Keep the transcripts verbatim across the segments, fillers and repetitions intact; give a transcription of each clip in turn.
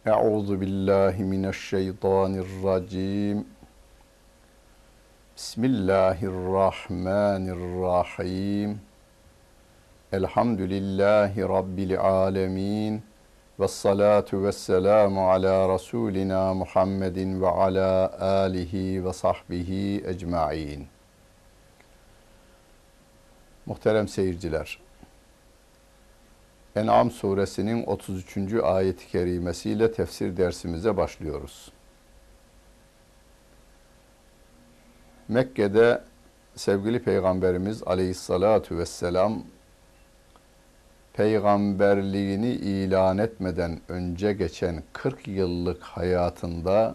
Euzu billahi mineşşeytanirracim. Bismillahirrahmanirrahim. Elhamdülillahi rabbil alamin. Ves salatu vesselamu ala rasulina Muhammedin ve ala alihi ve sahbihi ecmaîn. Muhterem seyirciler, En'am suresinin otuz üçüncü ayet-i kerimesiyle tefsir dersimize başlıyoruz. Mekke'de sevgili Peygamberimiz Aleyhissalatu vesselam peygamberliğini ilan etmeden önce geçen kırk yıllık hayatında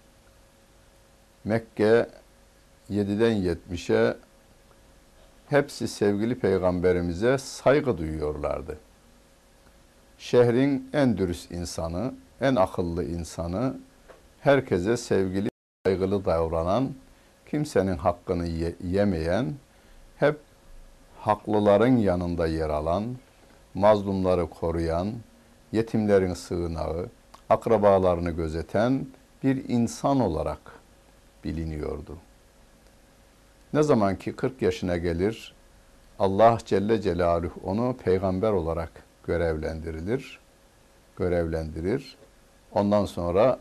Mekke yediden yetmişe hepsi sevgili Peygamberimize saygı duyuyorlardı. Şehrin en dürüst insanı, en akıllı insanı, herkese sevgili, saygılı davranan, kimsenin hakkını yemeyen, hep haklıların yanında yer alan, mazlumları koruyan, yetimlerin sığınağı, akrabalarını gözeten bir insan olarak biliniyordu. Ne zaman ki kırk yaşına gelir, Allah Celle Celaluhu onu peygamber olarak görevlendirilir, görevlendirir. Ondan sonra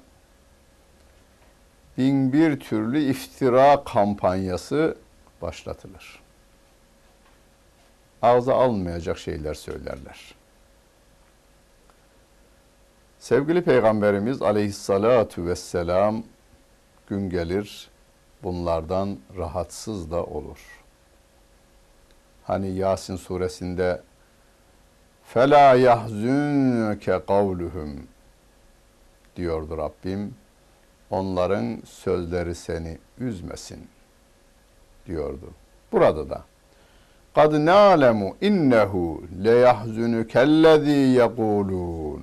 bin bir türlü iftira kampanyası başlatılır. Ağza almayacak şeyler söylerler. Sevgili Peygamberimiz Aleyhissalatu vesselam gün gelir, bunlardan rahatsız da olur. Hani Yasin suresinde فَلَا يَحْزُنْكَ قَوْلُهُمْ diyordu Rabbim. Onların sözleri seni üzmesin diyordu. Burada da قَدْ نَعْلَمُ اِنَّهُ لَيَحْزُنُكَ الَّذ۪ي يَقُولُونَ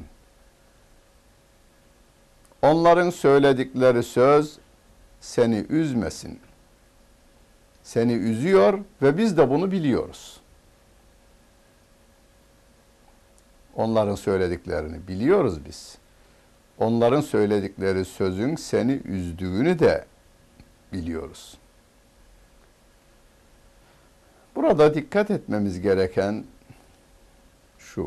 Onların söyledikleri söz seni üzmesin. Seni üzüyor ve biz de bunu biliyoruz. Onların söylediklerini biliyoruz biz. Onların söyledikleri sözün seni üzdüğünü de biliyoruz. Burada dikkat etmemiz gereken şu: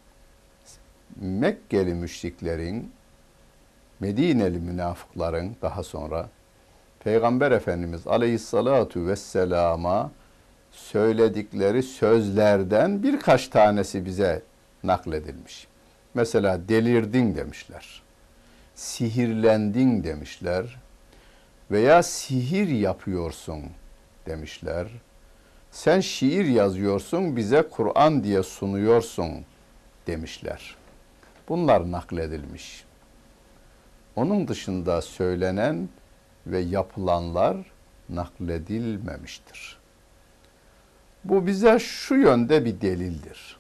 Mekkeli müşriklerin, Medineli münafıkların daha sonra Peygamber Efendimiz Aleyhissalatu vesselama söyledikleri sözlerden birkaç tanesi bize nakledilmiş. Mesela delirdin demişler, sihirlendin demişler veya sihir yapıyorsun demişler. Sen şiir yazıyorsun, bize Kur'an diye sunuyorsun demişler. Bunlar nakledilmiş. Onun dışında söylenen ve yapılanlar nakledilmemiştir. Bu bize şu yönde bir delildir.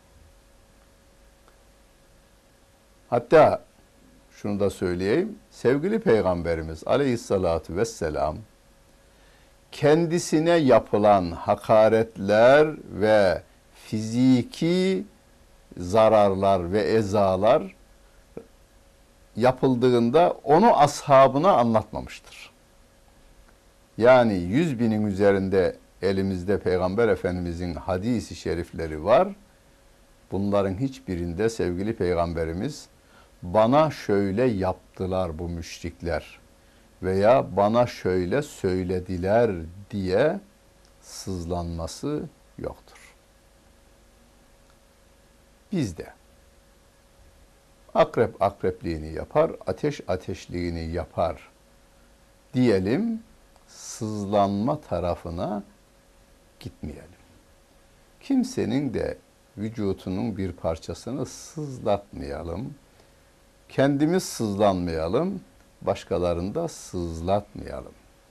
Hatta şunu da söyleyeyim, sevgili Peygamberimiz Aleyhissalatu vesselam kendisine yapılan hakaretler ve fiziki zararlar ve ezalar yapıldığında onu ashabına anlatmamıştır. Yani yüz binin üzerinde elimizde Peygamber Efendimizin hadisi şerifleri var. Bunların hiçbirinde sevgili Peygamberimiz bana şöyle yaptılar bu müşrikler veya bana şöyle söylediler diye sızlanması yoktur. Bizde akrep akrepliğini yapar, ateş ateşliğini yapar diyelim, sızlanma tarafına gitmeyelim. Kimsenin de vücutunun bir parçasını sızlatmayalım. Kendimiz sızlanmayalım, başkalarını da sızlatmayalım.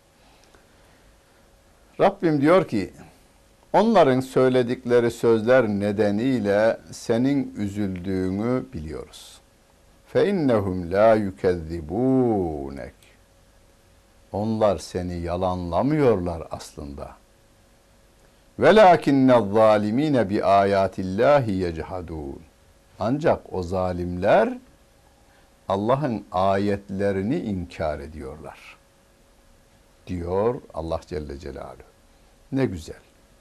Rabbim diyor ki, onların söyledikleri sözler nedeniyle senin üzüldüğünü biliyoruz. فَاِنَّهُمْ لَا يُكَذِّبُونَكَ Onlar seni yalanlamıyorlar aslında. وَلَاكِنَّ الظَّالِم۪ينَ بِآيَاتِ اللّٰهِ يَجْحَدُونَ Ancak o zalimler Allah'ın ayetlerini inkar ediyorlar. Diyor Allah Celle Celaluhu. Ne güzel.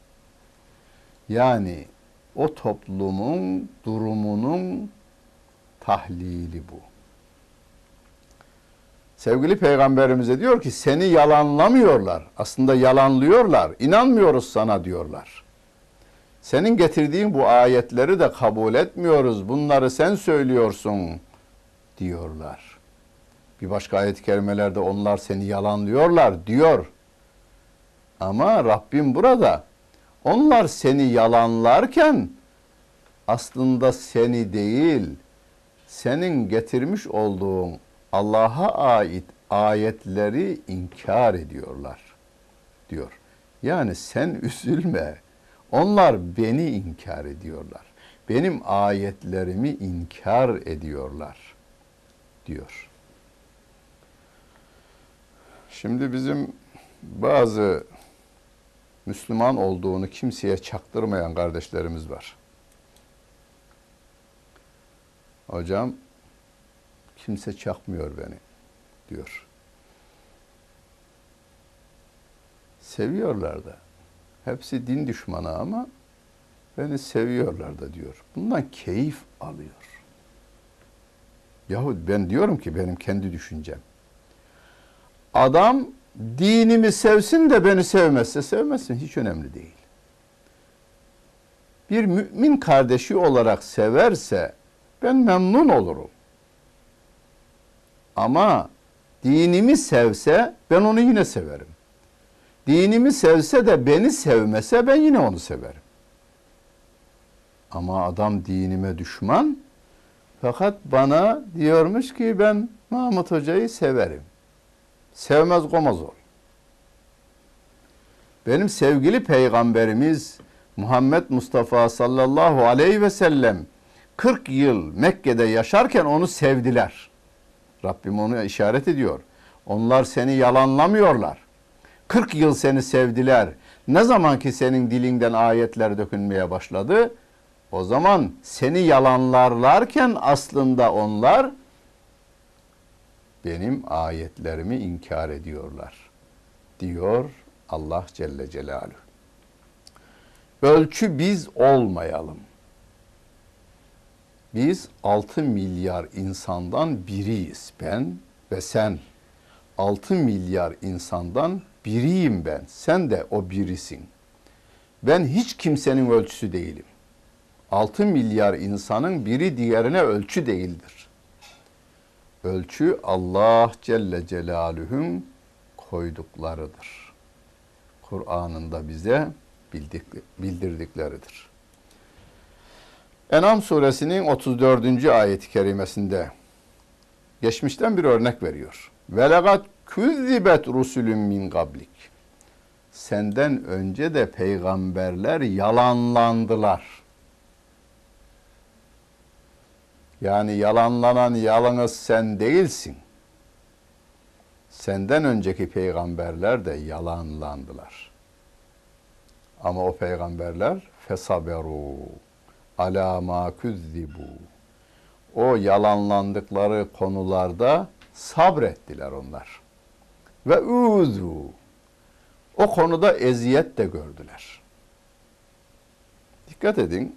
Yani o toplumun durumunun tahlili bu. Sevgili Peygamberimize diyor ki seni yalanlamıyorlar. Aslında yalanlıyorlar. İnanmıyoruz sana diyorlar. Senin getirdiğin bu ayetleri de kabul etmiyoruz. Bunları sen söylüyorsun diyorlar. Bir başka ayet-i kerimelerde onlar seni yalanlıyorlar diyor. Ama Rabbim burada onlar seni yalanlarken aslında seni değil, senin getirmiş olduğun Allah'a ait ayetleri inkar ediyorlar diyor. Yani sen üzülme. Onlar beni inkar ediyorlar. Benim ayetlerimi inkar ediyorlar diyor. Şimdi bizim bazı Müslüman olduğunu kimseye çaktırmayan kardeşlerimiz var. Hocam kimse çakmıyor beni diyor. Seviyorlar da. Hepsi din düşmanı ama beni seviyorlar da diyor. Bundan keyif alıyor. Yahut ben diyorum ki benim kendi düşüncem. Adam dinimi sevsin de beni sevmezse sevmesin, hiç önemli değil. Bir mümin kardeşi olarak severse ben memnun olurum. Ama dinimi sevse ben onu yine severim. Dinimi sevse de beni sevmese ben yine onu severim. Ama adam dinime düşman fakat bana diyormuş ki ben Mahmut Hoca'yı severim. Sevmez komaz ol. Benim sevgili peygamberimiz Muhammed Mustafa sallallahu aleyhi ve sellem kırk yıl Mekke'de yaşarken onu sevdiler. Rabbim onu işaret ediyor. Onlar seni yalanlamıyorlar. kırk yıl seni sevdiler. Ne zaman ki senin dilinden ayetler dökülmeye başladı, o zaman seni yalanlarlarken aslında onlar benim ayetlerimi inkar ediyorlar diyor Allah Celle Celaluhu. Ölçü biz olmayalım. Biz altı milyar insandan biriyiz. Ben ve sen. altı milyar insandan biriyim ben. Sen de o birisin. Ben hiç kimsenin ölçüsü değilim. altı milyar insanın biri diğerine ölçü değildir. Ölçü Allah Celle Celaluhu'nun koyduklarıdır. Kur'an'ında bize bildirdikleridir. En'am suresinin otuz dördüncü ayet-i kerimesinde geçmişten bir örnek veriyor. Velegat küzzibet rusulün min qablik. Senden önce de peygamberler yalanlandılar. Yani yalanlanan yalnız sen değilsin. Senden önceki peygamberler de yalanlandılar. Ama o peygamberler fesaberu ala ma kuzzibu. O yalanlandıkları konularda sabrettiler onlar. Ve uzu. O konuda eziyet de gördüler. Dikkat edin.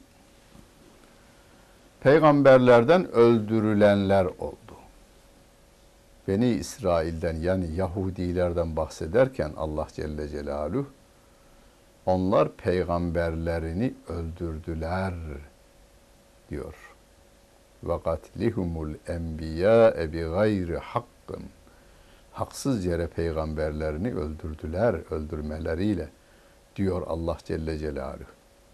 Peygamberlerden öldürülenler oldu. Beni İsrail'den yani Yahudilerden bahsederken Allah Celle Celaluhu onlar peygamberlerini öldürdüler diyor. Ve katlihumul enbiya bi gayri hakkın. Haksız yere peygamberlerini öldürdüler öldürmeleriyle diyor Allah Celle Celaluhu.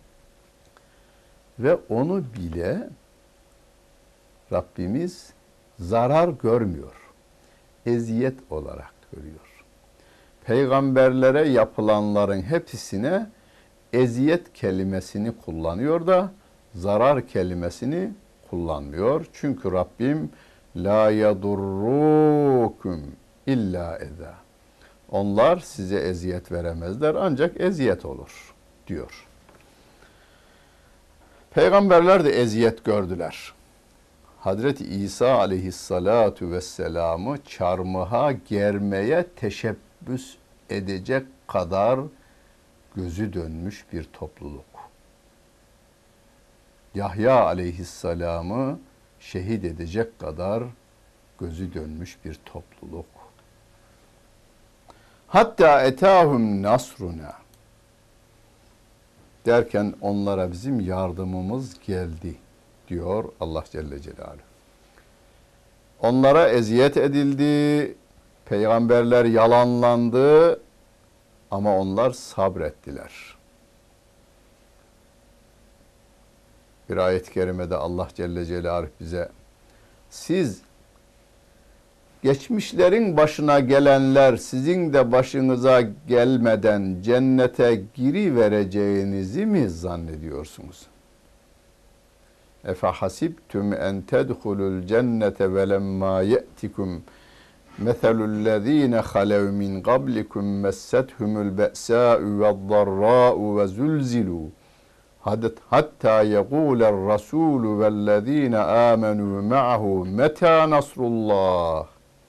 Ve onu bile Rabbimiz zarar görmüyor. Eziyet olarak görüyor. Peygamberlere yapılanların hepsine eziyet kelimesini kullanıyor da zarar kelimesini kullanmıyor. Çünkü Rabbim la yadurrukum illa eza. Onlar size eziyet veremezler ancak eziyet olur diyor. Peygamberler de eziyet gördüler. Hazreti İsa aleyhissalatu vesselam'ı çarmıha germeye teşebbüs edecek kadar gözü dönmüş bir topluluk. Yahya aleyhisselam'ı şehit edecek kadar gözü dönmüş bir topluluk. Hatta etahum nasruna derken onlara bizim yardımımız geldi diyor Allah Celle Celaluhu. Onlara eziyet edildi, peygamberler yalanlandı ama onlar sabrettiler. Bir ayet-i kerimede Allah Celle Celaluhu bize siz geçmişlerin başına gelenler sizin de başınıza gelmeden cennete girivereceğinizi mi zannediyorsunuz? Efe hasibtum en tedhulul cennete ve lemma ye'tikum meselullezine halev min qablikum messethumul be'sa'u ve'd-darra'u ve zulzilu hatta yequler rasulü vellezine amenu ma'ahu meta nasrullah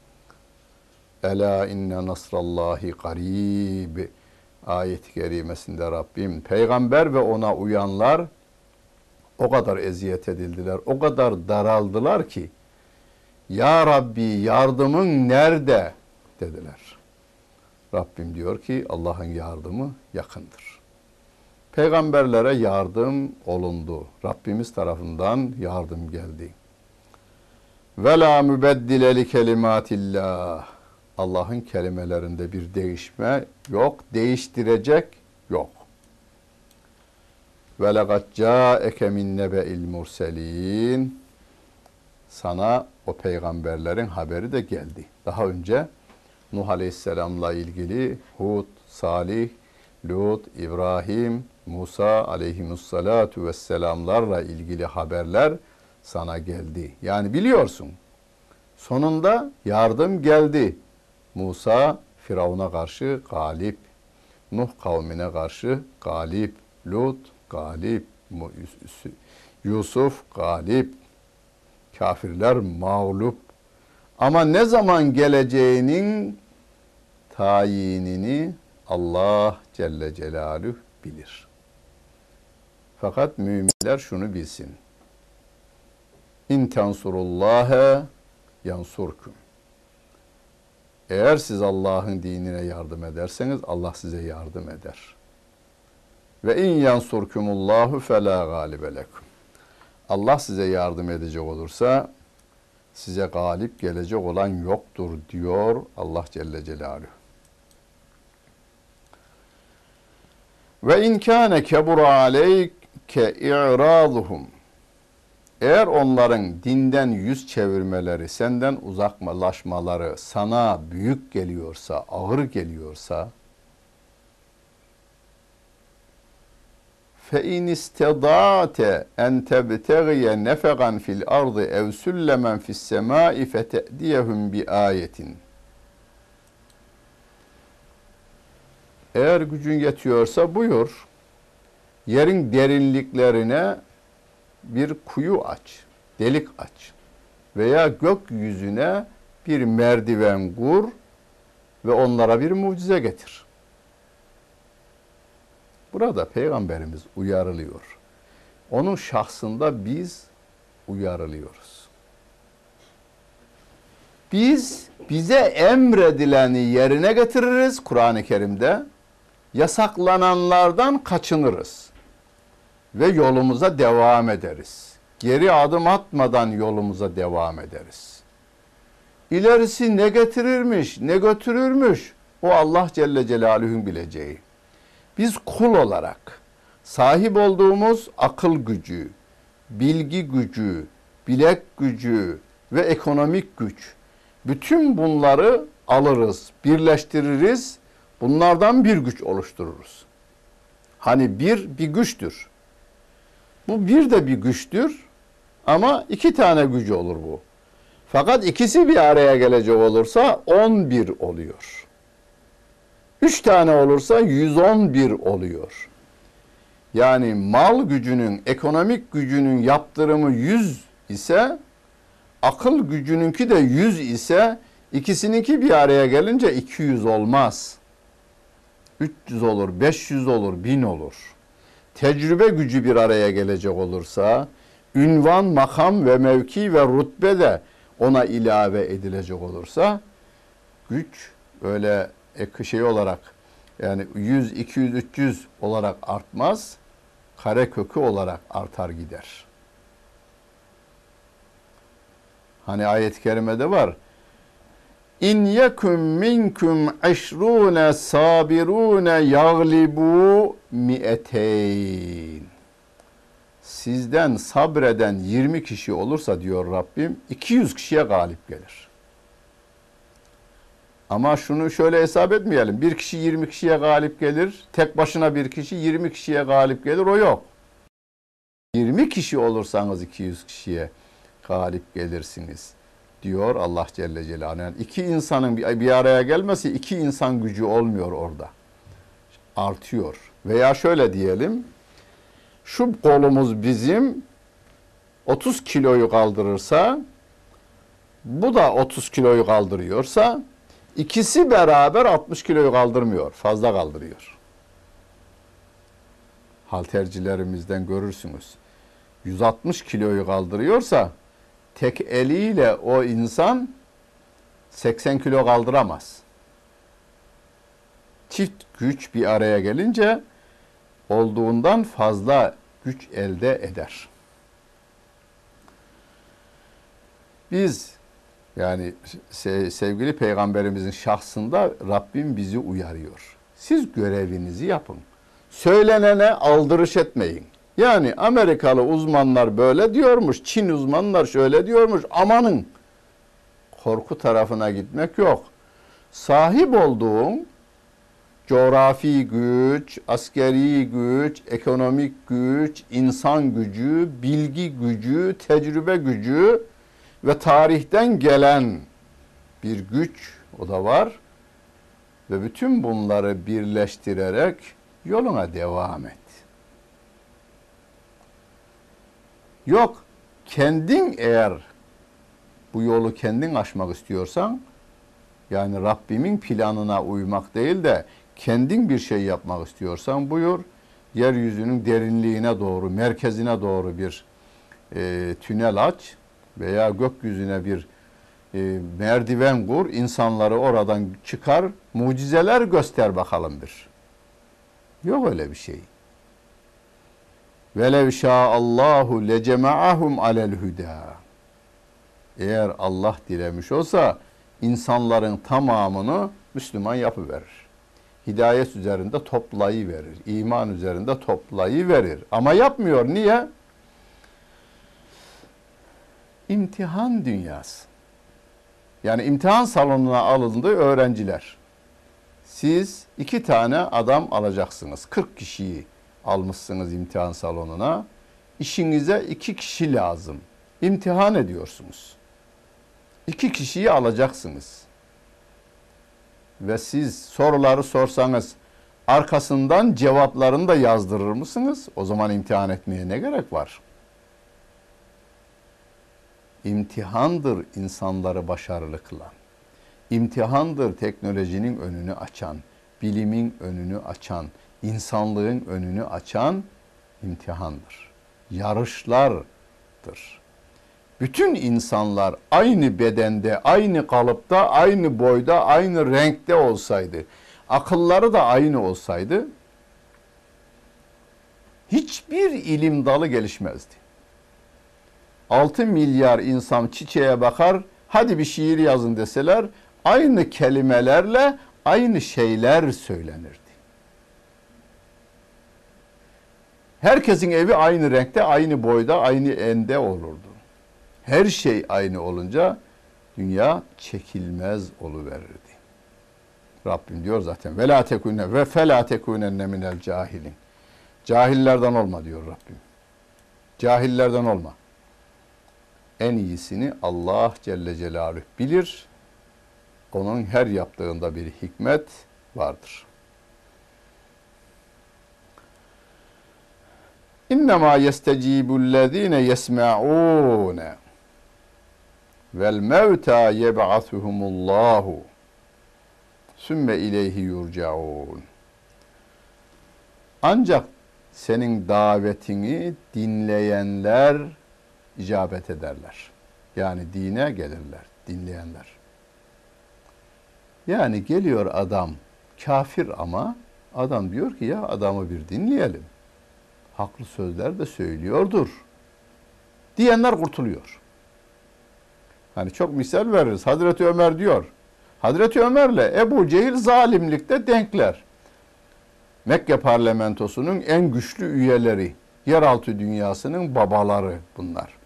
ela inne nasrallahi qarib. Ayet-i kerimesinde Rabbim peygamber ve ona uyanlar o kadar eziyet edildiler, o kadar daraldılar ki ya Rabbi yardımın nerede dediler. Rabbim diyor ki Allah'ın yardımı yakındır. Peygamberlere yardım olundu. Rabbimiz tarafından yardım geldi. Ve la mübeddile li kelimatillah. Allah'ın kelimelerinde bir değişme yok, değiştirecek yok. Ve laqad ca'eke min nebe'il murselin. Sana o peygamberlerin haberi de geldi. Daha önce Nuh Aleyhisselam'la ilgili Hud, Salih, Lut, İbrahim, Musa aleyhimussalatu vesselamlarla ilgili haberler sana geldi. Yani biliyorsun. Sonunda yardım geldi. Musa Firavun'a karşı galip. Nuh kavmine karşı galip. Lut galip. Yusuf galip. Kafirler mağlup. Ama ne zaman geleceğinin tayinini Allah Celle Celaluhu bilir. Fakat müminler şunu bilsin. İn tensurullâhe yansurkum. Eğer siz Allah'ın dinine yardım ederseniz Allah size yardım eder. Ve in yansurkumullahu felâ gâlibe lekum. Allah size yardım edecek olursa size galip gelecek olan yoktur diyor Allah Celle Celaluhu. Ve in kâne kebura aleyke i'râduhum. Eğer onların dinden yüz çevirmeleri, senden uzaklaşmaları sana büyük geliyorsa, ağır geliyorsa فَاِنْ اِسْتَضَعْتَ اَنْ تَبْتَغِيَ نَفَقًا فِي الْاَرْضِ اَوْ سُلَّمًا فِي السَّمَاءِ فَتَأْدِيَهُمْ بِآيَةٍ. Eğer gücün yetiyorsa buyur, yerin derinliklerine bir kuyu aç, delik aç veya gökyüzüne bir merdiven kur ve onlara bir mucize getir. Burada Peygamberimiz uyarılıyor. Onun şahsında biz uyarılıyoruz. Biz bize emredileni yerine getiririz Kur'an-ı Kerim'de. Yasaklananlardan kaçınırız. Ve yolumuza devam ederiz. Geri adım atmadan yolumuza devam ederiz. İlerisi ne getirirmiş, ne götürürmüş o Allah Celle Celaluhu'nun bileceği. Biz kul olarak sahip olduğumuz akıl gücü, bilgi gücü, bilek gücü ve ekonomik güç, bütün bunları alırız, birleştiririz, bunlardan bir güç oluştururuz. Hani bir bir güçtür. Bu bir de bir güçtür ama iki tane gücü olur bu. Fakat ikisi bir araya gelecek olursa on bir oluyor. Üç tane olursa yüz on bir oluyor. Yani mal gücünün, ekonomik gücünün yaptırımı yüz ise akıl gücününki de yüz ise ikisininki bir araya gelince iki yüz olmaz. üç yüz olur, beş yüz olur, bin olur. Tecrübe gücü bir araya gelecek olursa, ünvan, makam ve mevki ve rütbe de ona ilave edilecek olursa, güç öyle ek şey olarak yani yüz, iki yüz, üç yüz olarak artmaz, karekökü olarak artar gider. Hani ayet-i kerimede var. İn yekum minkum işrune sabirune yaglibu mi'eteyn. Sizden sabreden yirmi kişi olursa diyor Rabbim, iki yüz kişiye galip gelir. Ama şunu şöyle hesap etmeyelim. Bir kişi yirmi kişiye galip gelir. Tek başına bir kişi yirmi kişiye galip gelir. O yok. yirmi kişi olursanız iki yüz kişiye galip gelirsiniz diyor Allah Celle Celaluhu. Yani iki insanın bir araya gelmesi iki insan gücü olmuyor orada. Artıyor. Veya şöyle diyelim. Şu kolumuz bizim otuz kiloyu kaldırırsa, bu da otuz kiloyu kaldırıyorsa, ikisi beraber altmış kiloyu kaldırmıyor. Fazla kaldırıyor. Haltercilerimizden görürsünüz. yüz altmış kiloyu kaldırıyorsa, tek eliyle o insan seksen kilo kaldıramaz. Çift güç bir araya gelince olduğundan fazla güç elde eder. Biz yani sevgili Peygamberimizin şahsında Rabbim bizi uyarıyor. Siz görevinizi yapın. Söylenene aldırış etmeyin. Yani Amerikalı uzmanlar böyle diyormuş, Çin uzmanlar şöyle diyormuş. Amanın korku tarafına gitmek yok. Sahip olduğun coğrafi güç, askeri güç, ekonomik güç, insan gücü, bilgi gücü, tecrübe gücü ve tarihten gelen bir güç o da var. Ve bütün bunları birleştirerek yoluna devam et. Yok, kendin eğer bu yolu kendin aşmak istiyorsan, yani Rabbimin planına uymak değil de kendin bir şey yapmak istiyorsan buyur, yeryüzünün derinliğine doğru, merkezine doğru bir e, tünel aç veya gökyüzüne bir e, merdiven kur, insanları oradan çıkar, mucizeler göster bakalım bir. Yok öyle bir şey. Velev şâallahu lecema'ahum alel hudâ. Eğer Allah dilemiş olsa insanların tamamını Müslüman yapıverir. Hidayet üzerinde toplayıverir. İman üzerinde toplayıverir. Ama yapmıyor. Niye? İmtihan dünyası. Yani imtihan salonuna alındı öğrenciler. Siz iki tane adam alacaksınız. kırk kişiyi almışsınız imtihan salonuna. İşinize iki kişi lazım. İmtihan ediyorsunuz. İki kişiyi alacaksınız. Ve siz soruları sorsanız arkasından cevaplarını da yazdırır mısınız? O zaman imtihan etmeye ne gerek var? İmtihandır insanları başarılı kılan. İmtihandır teknolojinin önünü açan, bilimin önünü açan, insanlığın önünü açan imtihandır. Yarışlardır. Bütün insanlar aynı bedende, aynı kalıpta, aynı boyda, aynı renkte olsaydı, akılları da aynı olsaydı, hiçbir ilim dalı gelişmezdi. altı milyar insan çiçeğe bakar, hadi bir şiir yazın deseler, aynı kelimelerle aynı şeyler söylenirdi. Herkesin evi aynı renkte, aynı boyda, aynı ende olurdu. Her şey aynı olunca dünya çekilmez oluverirdi. Rabbim diyor zaten ve la tekune ve fe la tekunenne minel cahilin. Cahillerden olma diyor Rabbim. Cahillerden olma. En iyisini Allah Celle Celaluhu bilir. Onun her yaptığında bir hikmet vardır. İnnemâ yestecîbullezîne yesme'ûne. vel mevta yeb'asuhumullahu sümme ileyhi yurcaun. Ancak senin davetini dinleyenler icabet ederler. Yani dine gelirler, dinleyenler. Yani geliyor adam, kafir ama adam diyor ki ya adamı bir dinleyelim. Haklı sözler de söylüyordur. Diyenler kurtuluyor. Hani çok misal veririz. Hazreti Ömer diyor. Hazreti Ömer'le Ebu Cehil zalimlikte denkler. Mekke parlamentosunun en güçlü üyeleri, yeraltı dünyasının babaları bunlar.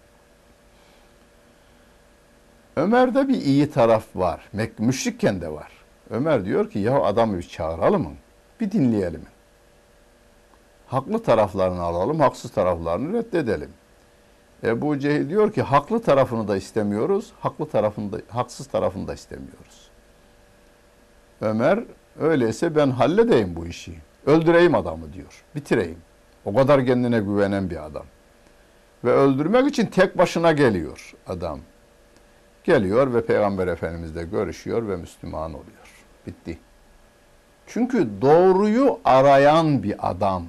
Ömer'de bir iyi taraf var. Mekke müşrikken de var. Ömer diyor ki ya adamı bir çağıralım mı? Bir dinleyelim. Haklı taraflarını alalım, haksız taraflarını reddedelim. Ebu Cehil diyor ki haklı tarafını da istemiyoruz, haklı tarafını da, haksız tarafını da istemiyoruz. Ömer öyleyse ben halledeyim bu işi. Öldüreyim adamı diyor. Bitireyim. O kadar kendine güvenen bir adam. Ve öldürmek için tek başına geliyor adam. Geliyor ve Peygamber Efendimizle görüşüyor ve Müslüman oluyor. Bitti. Çünkü doğruyu arayan bir adam.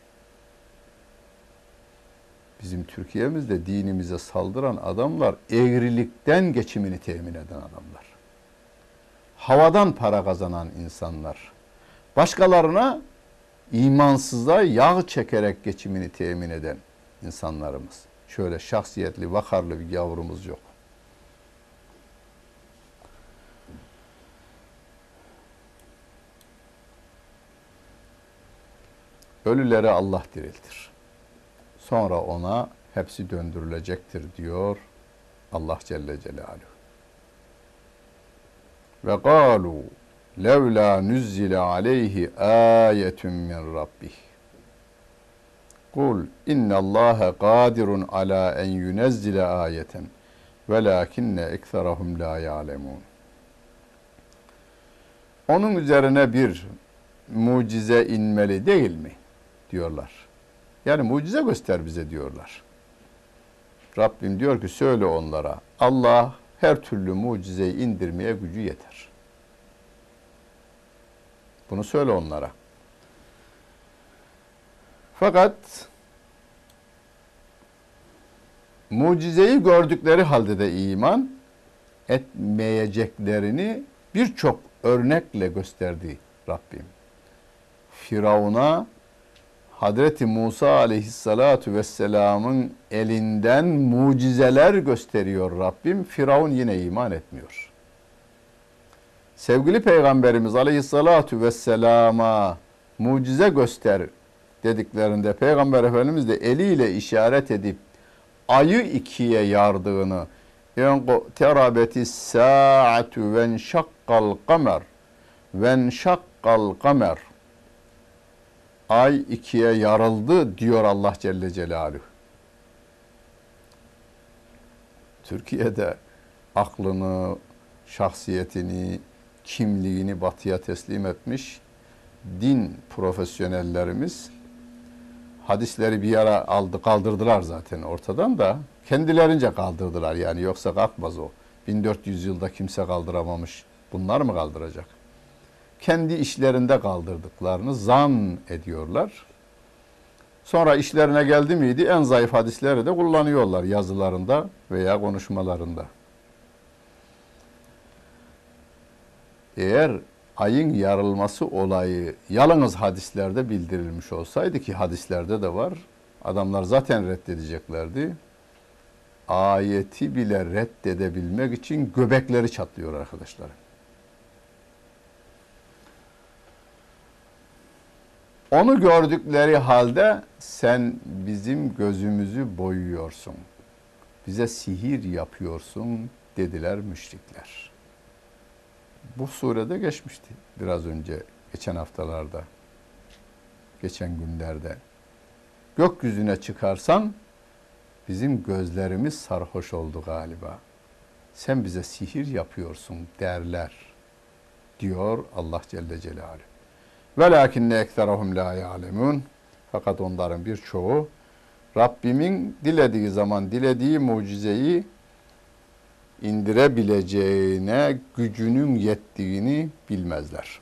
Bizim Türkiye'mizde dinimize saldıran adamlar eğrilikten geçimini temin eden adamlar. Havadan para kazanan insanlar. Başkalarına imansızlığa yağ çekerek geçimini temin eden insanlarımız. Şöyle şahsiyetli, vakarlı bir yavrumuz yok. Ölüleri Allah diriltir. Sonra ona hepsi döndürülecektir diyor Allah Celle Celaluhu. Ve galu levla nuzzile aleyhi ayetun min rabbih. Kul innallaha kadirun ala en yunezzile ayeten velakinne ekserahum la ya'lemun. Onun üzerine bir mucize inmeli değil mi? Diyorlar. Yani mucize göster bize diyorlar. Rabbim diyor ki söyle onlara Allah her türlü mucizeyi indirmeye gücü yeter. Bunu söyle onlara. Fakat mucizeyi gördükleri halde de iman etmeyeceklerini birçok örnekle gösterdi Rabbim. Firavun'a Hazreti Musa aleyhissalatu vesselamın elinden mucizeler gösteriyor Rabbim. Firavun yine iman etmiyor. Sevgili Peygamberimiz aleyhissalatu vesselama mucize göster dediklerinde Peygamber Efendimiz de eliyle işaret edip ayı ikiye yardığını enqterabeti saatu ven şakkal kamer ven şakkal kamer ay ikiye yarıldı diyor Allah Celle Celaluhu. Türkiye'de aklını, şahsiyetini, kimliğini batıya teslim etmiş din profesyonellerimiz hadisleri bir yere aldı, kaldırdılar zaten ortadan da kendilerince kaldırdılar yani yoksa kalkmaz o. bin dört yüz yılda kimse kaldıramamış. Bunlar mı kaldıracak? Kendi işlerinde kaldırdıklarını zan ediyorlar. Sonra işlerine geldi miydi en zayıf hadisleri de kullanıyorlar yazılarında veya konuşmalarında. Eğer ayın yarılması olayı yalnız hadislerde bildirilmiş olsaydı ki hadislerde de var, adamlar zaten reddedeceklerdi. Ayeti bile reddedebilmek için göbekleri çatlıyor arkadaşlar. Onu gördükleri halde sen bizim gözümüzü boyuyorsun, bize sihir yapıyorsun dediler müşrikler. Bu surede geçmişti biraz önce, geçen haftalarda, geçen günlerde. Gökyüzüne çıkarsan bizim gözlerimiz sarhoş oldu galiba. Sen bize sihir yapıyorsun derler diyor Allah Celle Celaluhu. Velakinne ekserahum la ya'lemun. Fakat onların birçoğu Rabbimin dilediği zaman dilediği mucizeyi indirebileceğine gücünün yettiğini bilmezler.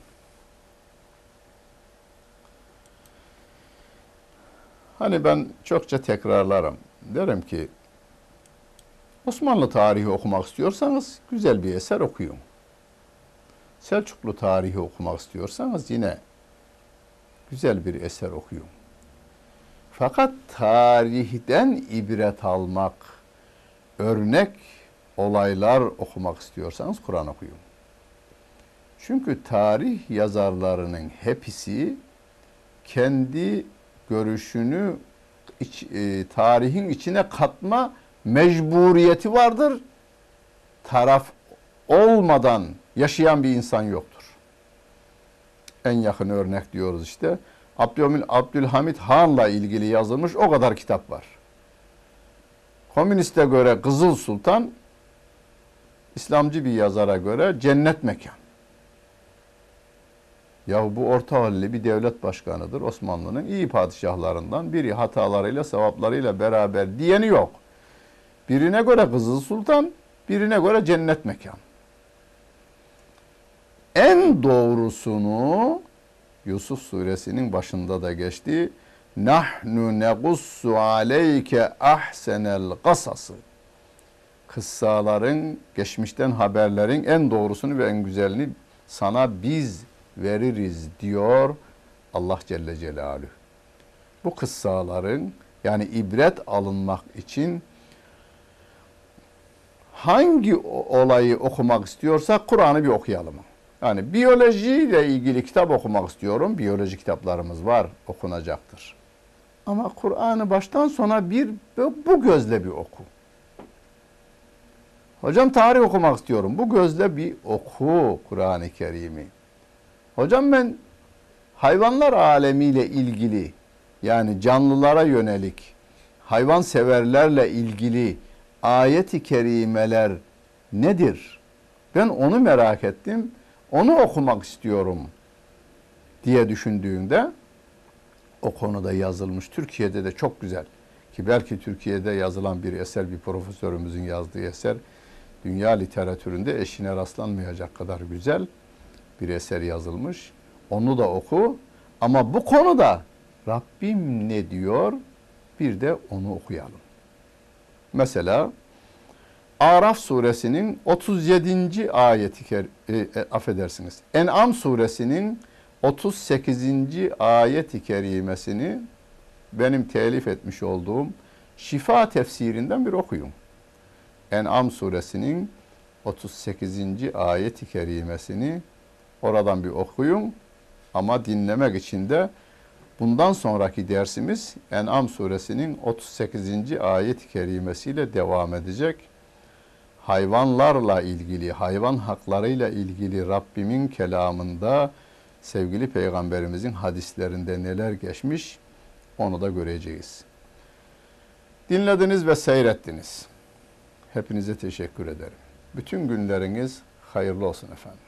Hani ben çokça tekrarlarım. Derim ki Osmanlı tarihi okumak istiyorsanız güzel bir eser okuyun. Selçuklu tarihi okumak istiyorsanız yine güzel bir eser okuyun. Fakat tarihten ibret almak, örnek olaylar okumak istiyorsanız Kur'an okuyun. Çünkü tarih yazarlarının hepsi kendi görüşünü iç, e, tarihin içine katma mecburiyeti vardır. Taraf olmadan yaşayan bir insan yoktur. En yakın örnek diyoruz işte. Abdülhamid, Abdülhamid Han'la ilgili yazılmış o kadar kitap var. Komüniste göre Kızıl Sultan, İslamcı bir yazara göre cennet mekan. Yahu bu orta halli bir devlet başkanıdır. Osmanlı'nın iyi padişahlarından biri, hatalarıyla, sevaplarıyla beraber diyeni yok. Birine göre Kızıl Sultan, birine göre cennet mekan. En doğrusunu Yusuf suresinin başında da geçti. Nahnu negussu aleyke ahsenel kasası. Kıssaların, geçmişten haberlerin en doğrusunu ve en güzelini sana biz veririz diyor Allah Celle Celaluhu. Bu kıssaların, yani ibret alınmak için hangi olayı okumak istiyorsak Kur'an'ı bir okuyalım. Yani biyolojiyle ilgili kitap okumak istiyorum. Biyoloji kitaplarımız var, okunacaktır. Ama Kur'an'ı baştan sona bir bu gözle bir oku. Hocam tarih okumak istiyorum. Bu gözle bir oku Kur'an-ı Kerim'i. Hocam ben hayvanlar alemiyle ilgili, yani canlılara yönelik, hayvan severlerle ilgili ayet-i kerimeler nedir? Ben onu merak ettim. Onu okumak istiyorum diye düşündüğünde o konuda yazılmış. Türkiye'de de çok güzel. Ki belki Türkiye'de yazılan bir eser, bir profesörümüzün yazdığı eser dünya literatüründe eşine rastlanmayacak kadar güzel bir eser yazılmış. Onu da oku. Ama bu konuda Rabbim ne diyor? Bir de onu okuyalım. Mesela Araf suresinin otuz yedinci ayeti e, e, affedersiniz. En'am suresinin otuz sekizinci ayeti kerimesini benim telif etmiş olduğum Şifa tefsirinden bir okuyun. En'am suresinin otuz sekizinci ayeti kerimesini oradan bir okuyun. Ama dinlemek için de bundan sonraki dersimiz En'am suresinin otuz sekizinci ayet-i kerimesiyle devam edecek. Hayvanlarla ilgili, hayvan haklarıyla ilgili Rabbimin kelamında, sevgili Peygamberimizin hadislerinde neler geçmiş onu da göreceğiz. Dinlediniz ve seyrettiniz. Hepinize teşekkür ederim. Bütün günleriniz hayırlı olsun efendim.